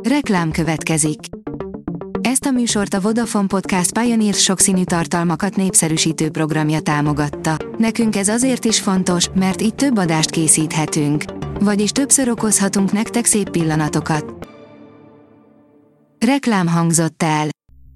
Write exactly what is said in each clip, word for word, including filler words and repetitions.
Reklám következik. Ezt a műsort a Vodafone Podcast Pioneer sokszínű tartalmakat népszerűsítő programja támogatta. Nekünk ez azért is fontos, mert így több adást készíthetünk. Vagyis többször okozhatunk nektek szép pillanatokat. Reklám hangzott el.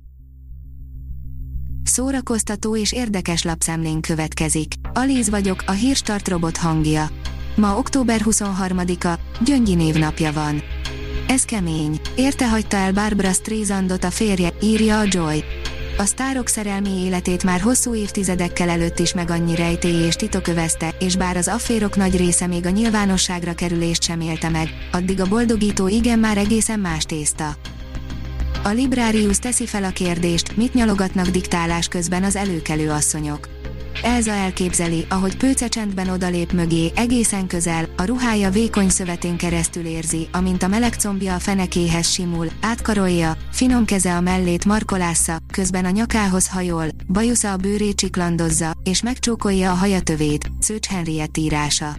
Szórakoztató és érdekes lapszemlén következik. Alíz vagyok, a Hírstart robot hangja. Ma október huszonharmadika, Gyöngyi névnapja van. Ez kemény. Érte hagyta el Barbra Streisandot a férje, írja a Joy. A sztárok szerelmi életét már hosszú évtizedekkel előtt is meg annyi rejtély és titok övezte, és bár az afférok nagy része még a nyilvánosságra kerülést sem élte meg, addig a boldogító igen már egészen más tészta. A Librarius teszi fel a kérdést, mit nyalogatnak diktálás közben az előkelő asszonyok. Elza elképzeli, ahogy Pőce csendben odalép mögé, egészen közel, a ruhája vékony szövetén keresztül érzi, amint a meleg combja a fenekéhez simul, átkarolja, finom keze a mellét markolásza, közben a nyakához hajol, bajusza a bőrét csiklandozza, és megcsókolja a hajatövét, Szőcs Henriett írása.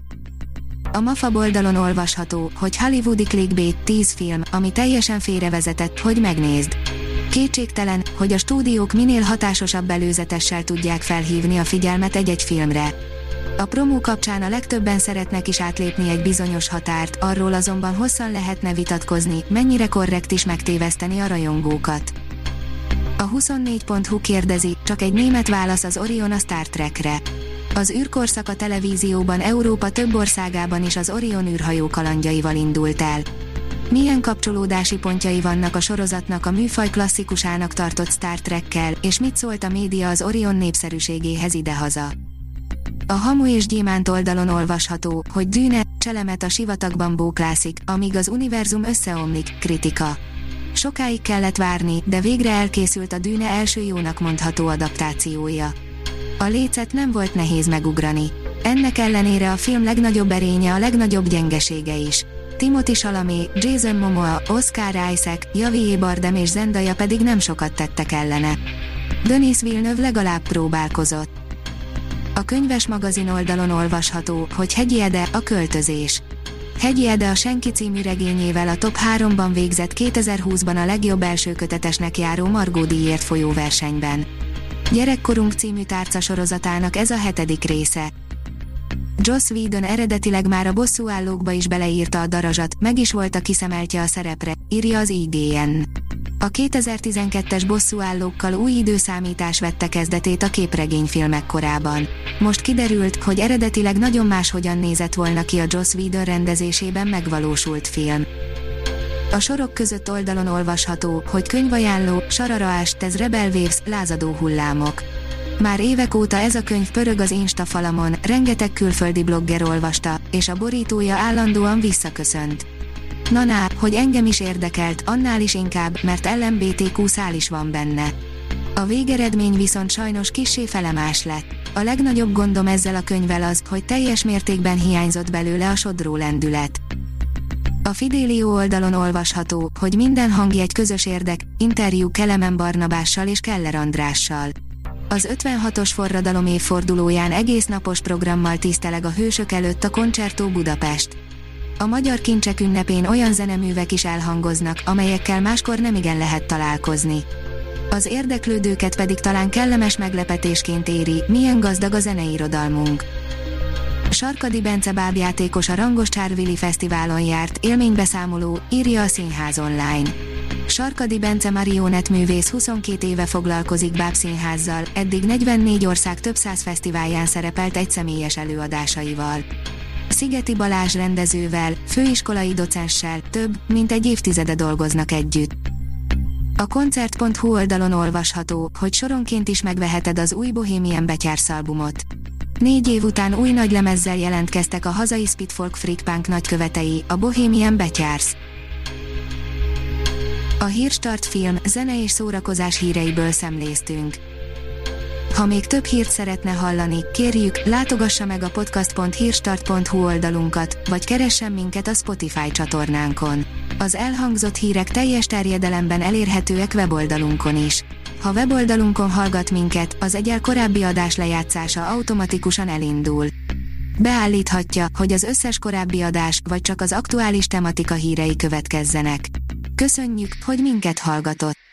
A MAFA oldalon olvasható, hogy hollywoodi clickbait tíz film, ami teljesen félrevezetett, hogy megnézd. Kétségtelen, hogy a stúdiók minél hatásosabb előzetessel tudják felhívni a figyelmet egy-egy filmre. A promó kapcsán a legtöbben szeretnek is átlépni egy bizonyos határt, arról azonban hosszan lehetne vitatkozni, mennyire korrekt is megtéveszteni a rajongókat. A huszonnégy pont hu kérdezi, csak egy német válasz az Orion a Star Trekre. Az űrkorszak a televízióban Európa több országában is az Orion űrhajó kalandjaival indult el. Milyen kapcsolódási pontjai vannak a sorozatnak a műfaj klasszikusának tartott Star Trekkel, és mit szólt a média az Orion népszerűségéhez idehaza? A Hamu és Gyémánt oldalon olvasható, hogy Dűne, Cselemet a sivatagban bóklászik, amíg az univerzum összeomlik, kritika. Sokáig kellett várni, de végre elkészült a Dűne első jónak mondható adaptációja. A lécet nem volt nehéz megugrani. Ennek ellenére a film legnagyobb erénye a legnagyobb gyengesége is. Timothée Chalamet, Jason Momoa, Oscar Isaac, Javier Bardem és Zendaya pedig nem sokat tettek ellene. Denis Villeneuve legalább próbálkozott. A Könyves magazin oldalon olvasható, hogy Hegyi Ede, a költözés. Hegyi Ede a Senki című regényével a top háromban végzett kétezer-húszban a legjobb elsőkötetesnek járó Margó díjért folyó versenyben. Gyerekkorunk című tárcasorozatának ez a hetedik része. Joss Whedon eredetileg már a Bosszúállókba is beleírta a darazsat, meg is volt a kiszemeltje a szerepre, írja az i gé en. A kétezer-tizenkettes Bosszúállókkal új időszámítás vette kezdetét a képregényfilmek korában. Most kiderült, hogy eredetileg nagyon máshogyan nézett volna ki a Joss Whedon rendezésében megvalósult film. A sorok között oldalon olvasható, hogy könyvajánló, Sarara Astez Rebel Waves, lázadó hullámok. Már évek óta ez a könyv pörög az Insta falamon, rengeteg külföldi blogger olvasta, és a borítója állandóan visszaköszönt. Na-na, hogy engem is érdekelt, annál is inkább, mert el em bé té kú szál is van benne. A végeredmény viszont sajnos kissé felemás lett. A legnagyobb gondom ezzel a könyvvel az, hogy teljes mértékben hiányzott belőle a sodró lendület. A Fidelio oldalon olvasható, hogy minden hangjegy közös érdek, interjú Kelemen Barnabással és Keller Andrással. Az ötvenhatos forradalom évfordulóján egész napos programmal tiszteleg a hősök előtt a Concerto Budapest. A Magyar Kincsek ünnepén olyan zeneművek is elhangoznak, amelyekkel máskor nemigen lehet találkozni. Az érdeklődőket pedig talán kellemes meglepetésként éri, milyen gazdag a zeneirodalmunk. Sarkady Bence bábjátékos a Rangos Csárvili Fesztiválon járt, élménybeszámoló, írja a Színház online. Sarkady Bence marionettművész huszonkét éve foglalkozik bábszínházzal, eddig negyvennégy ország több száz fesztiválján szerepelt egyszemélyes előadásaival. Szigeti Balázs rendezővel, főiskolai docenssel több, mint egy évtizede dolgoznak együtt. A koncert pont hu oldalon olvasható, hogy soronként is megveheted az új Bohemian Betyársz albumot. Négy év után új nagylemezzel jelentkeztek a hazai speedfolk freak punk nagykövetei, a Bohemian Betyársz. A Hírstart film, zene és szórakozás híreiből szemléztünk. Ha még több hírt szeretne hallani, kérjük, látogassa meg a podcast pont hírstart pont hu oldalunkat, vagy keressen minket a Spotify csatornánkon. Az elhangzott hírek teljes terjedelemben elérhetőek weboldalunkon is. Ha weboldalunkon hallgat minket, az egyel korábbi adás lejátszása automatikusan elindul. Beállíthatja, hogy az összes korábbi adás, vagy csak az aktuális tematika hírei következzenek. Köszönjük, hogy minket hallgatott!